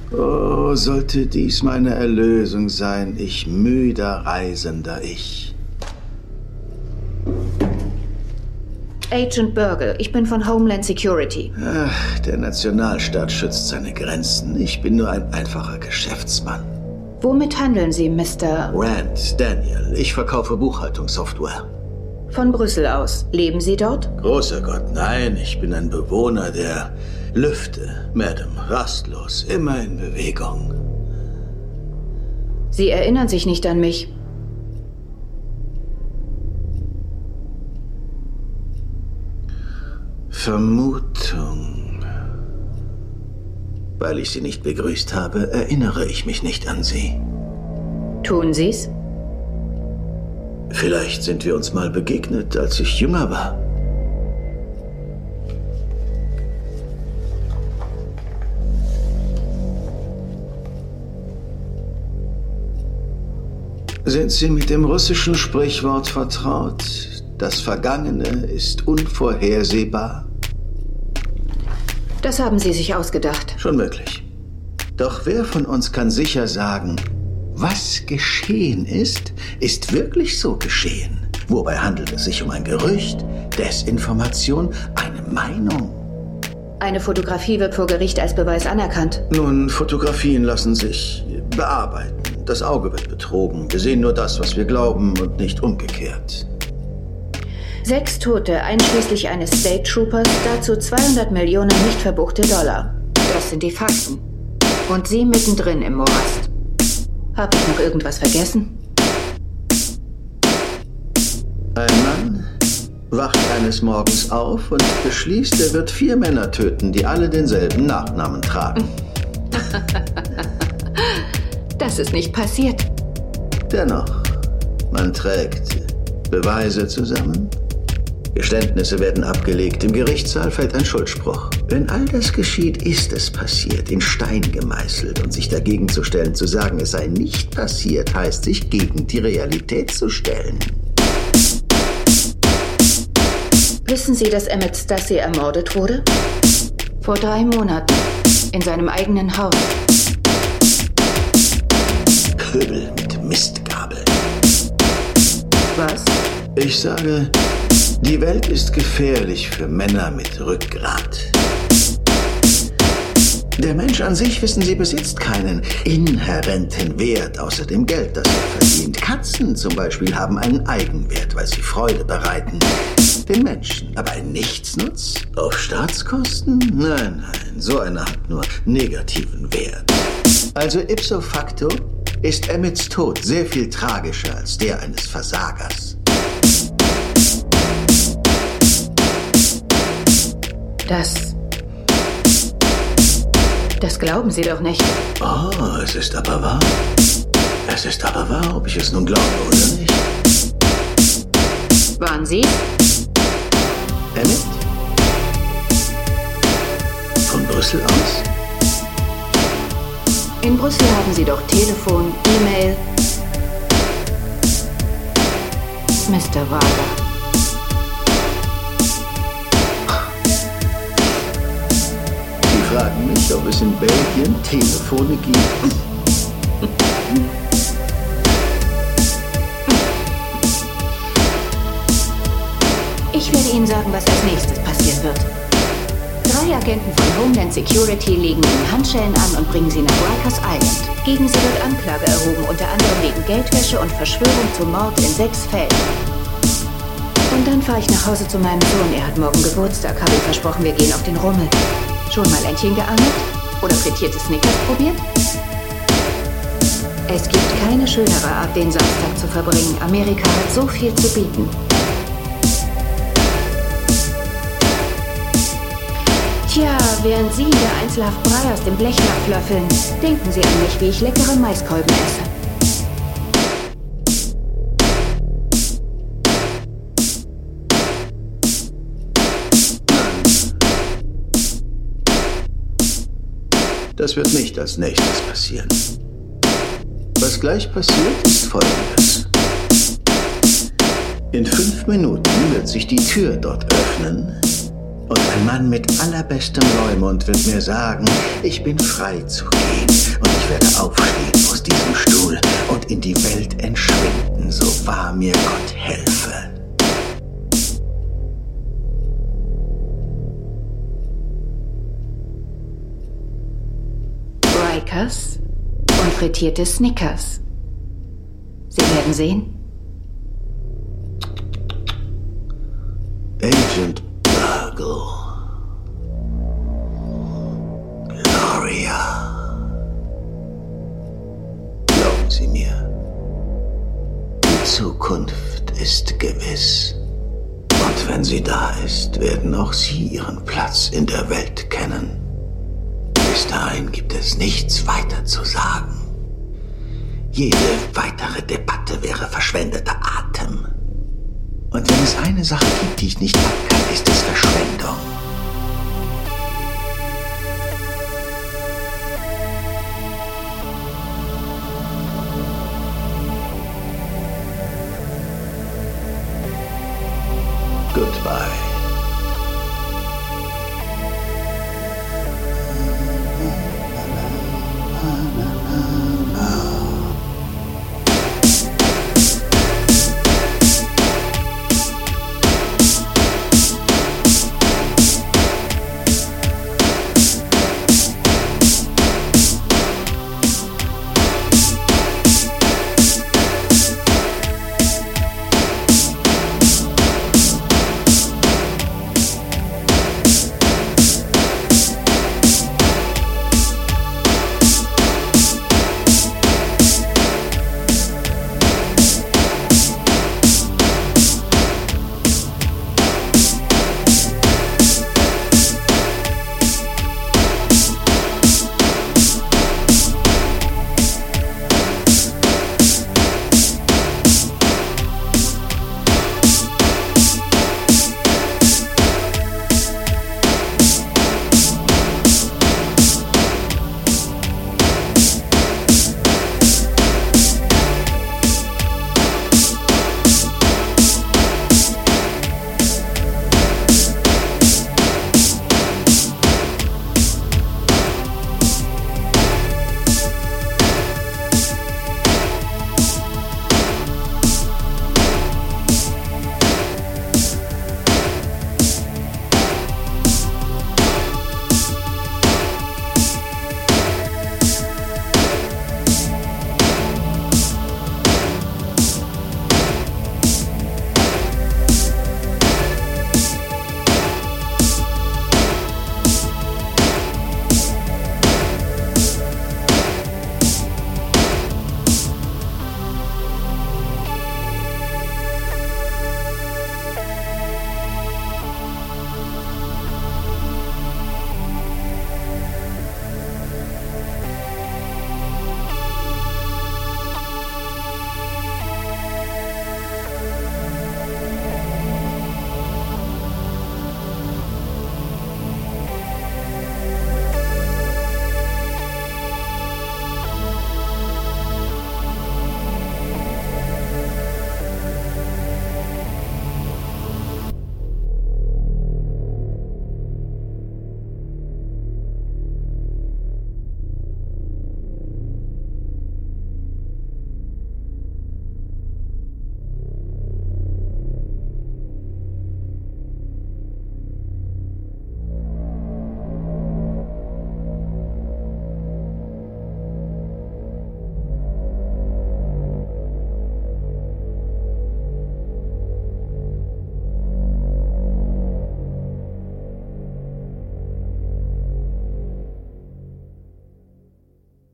Oh, sollte dies meine Erlösung sein, ich müder Reisender, ich. Agent Burgle, ich bin von Homeland Security. Ach, der Nationalstaat schützt seine Grenzen. Ich bin nur ein einfacher Geschäftsmann. Womit handeln Sie, Mr. Rand Daniel. Ich verkaufe Buchhaltungssoftware. Von Brüssel aus. Leben Sie dort? Großer Gott, nein. Ich bin ein Bewohner der Lüfte. Madam, rastlos, immer in Bewegung. Sie erinnern sich nicht an mich. Vermutung. Weil ich Sie nicht begrüßt habe, erinnere ich mich nicht an Sie. Tun Sie's? Vielleicht sind wir uns mal begegnet, als ich jünger war. Sind Sie mit dem russischen Sprichwort vertraut? Das Vergangene ist unvorhersehbar? Das haben Sie sich ausgedacht. Schon möglich. Doch wer von uns kann sicher sagen, was geschehen ist, ist wirklich so geschehen? Wobei handelt es sich um ein Gerücht, Desinformation, eine Meinung? Eine Fotografie wird vor Gericht als Beweis anerkannt. Nun, Fotografien lassen sich bearbeiten. Das Auge wird betrogen. Wir sehen nur das, was wir glauben und nicht umgekehrt. 6 Tote, einschließlich eines State Troopers, dazu 200 Millionen nicht verbuchte $. Das sind die Fakten. Und Sie mittendrin im Morast. Hab ich noch irgendwas vergessen? Ein Mann wacht eines Morgens auf und beschließt, er wird 4 Männer töten, die alle denselben Nachnamen tragen. Das ist nicht passiert. Dennoch, man trägt Beweise zusammen. Geständnisse werden abgelegt, im Gerichtssaal fällt ein Schuldspruch. Wenn all das geschieht, ist es passiert, in Stein gemeißelt. Und sich dagegen zu stellen, zu sagen, es sei nicht passiert, heißt sich gegen die Realität zu stellen. Wissen Sie, dass Emmett Stasi ermordet wurde? Vor 3 Monaten. In seinem eigenen Haus. Pöbel mit Mistgabel. Was? Ich sage, die Welt ist gefährlich für Männer mit Rückgrat. Der Mensch an sich, wissen Sie, besitzt keinen inhärenten Wert außer dem Geld, das er verdient. Katzen zum Beispiel haben einen Eigenwert, weil sie Freude bereiten. Den Menschen. Aber ein Nichtsnutz? Auf Staatskosten? Nein, nein, so einer hat nur negativen Wert. Also ipso facto ist Emmets Tod sehr viel tragischer als der eines Versagers. Das glauben Sie doch nicht. Oh, es ist aber wahr. Es ist aber wahr, ob ich es nun glaube oder nicht. Waren Sie? Emmett? Von Brüssel aus? In Brüssel haben Sie doch Telefon, E-Mail. Mr. Wager. Sie fragen mich, ob es in Belgien Telefone gibt. Ich werde Ihnen sagen, was als nächstes passieren wird. 3 Agenten von Homeland Security legen Ihnen Handschellen an und bringen Sie nach Rikers Island. Gegen Sie wird Anklage erhoben, unter anderem wegen Geldwäsche und Verschwörung zum Mord in 6 Fällen. Und dann fahre ich nach Hause zu meinem Sohn. Er hat morgen Geburtstag. Habe ihm versprochen, wir gehen auf den Rummel. Schon mal Entchen geangelt? Oder frittierte Snickers probiert? Es gibt keine schönere Art, den Samstag zu verbringen. Amerika hat so viel zu bieten. Tja, während Sie in der Einzelhaft Brei aus dem Blech nachlöffeln, denken Sie an mich, wie ich leckere Maiskolben esse. Das wird nicht als nächstes passieren. Was gleich passiert, ist Folgendes. In 5 Minuten wird sich die Tür dort öffnen Und ein Mann mit allerbestem Leumund wird mir sagen, ich bin frei zu gehen. Und ich werde aufstehen aus diesem Stuhl und in die Welt entschwinden, so wahr mir Gott helfe. Rikers und frittierte Snickers. Sie werden sehen. Agent Burgle. Gloria. Glauben Sie mir, die Zukunft ist gewiss. Und wenn sie da ist, werden auch Sie Ihren Platz in der Welt kennen. Bis dahin gibt es nichts weiter zu sagen. Jede weitere Debatte wäre verschwendeter Atem. Und wenn es eine Sache gibt, die ich nicht ab kann, ist es Verschwendung. Goodbye.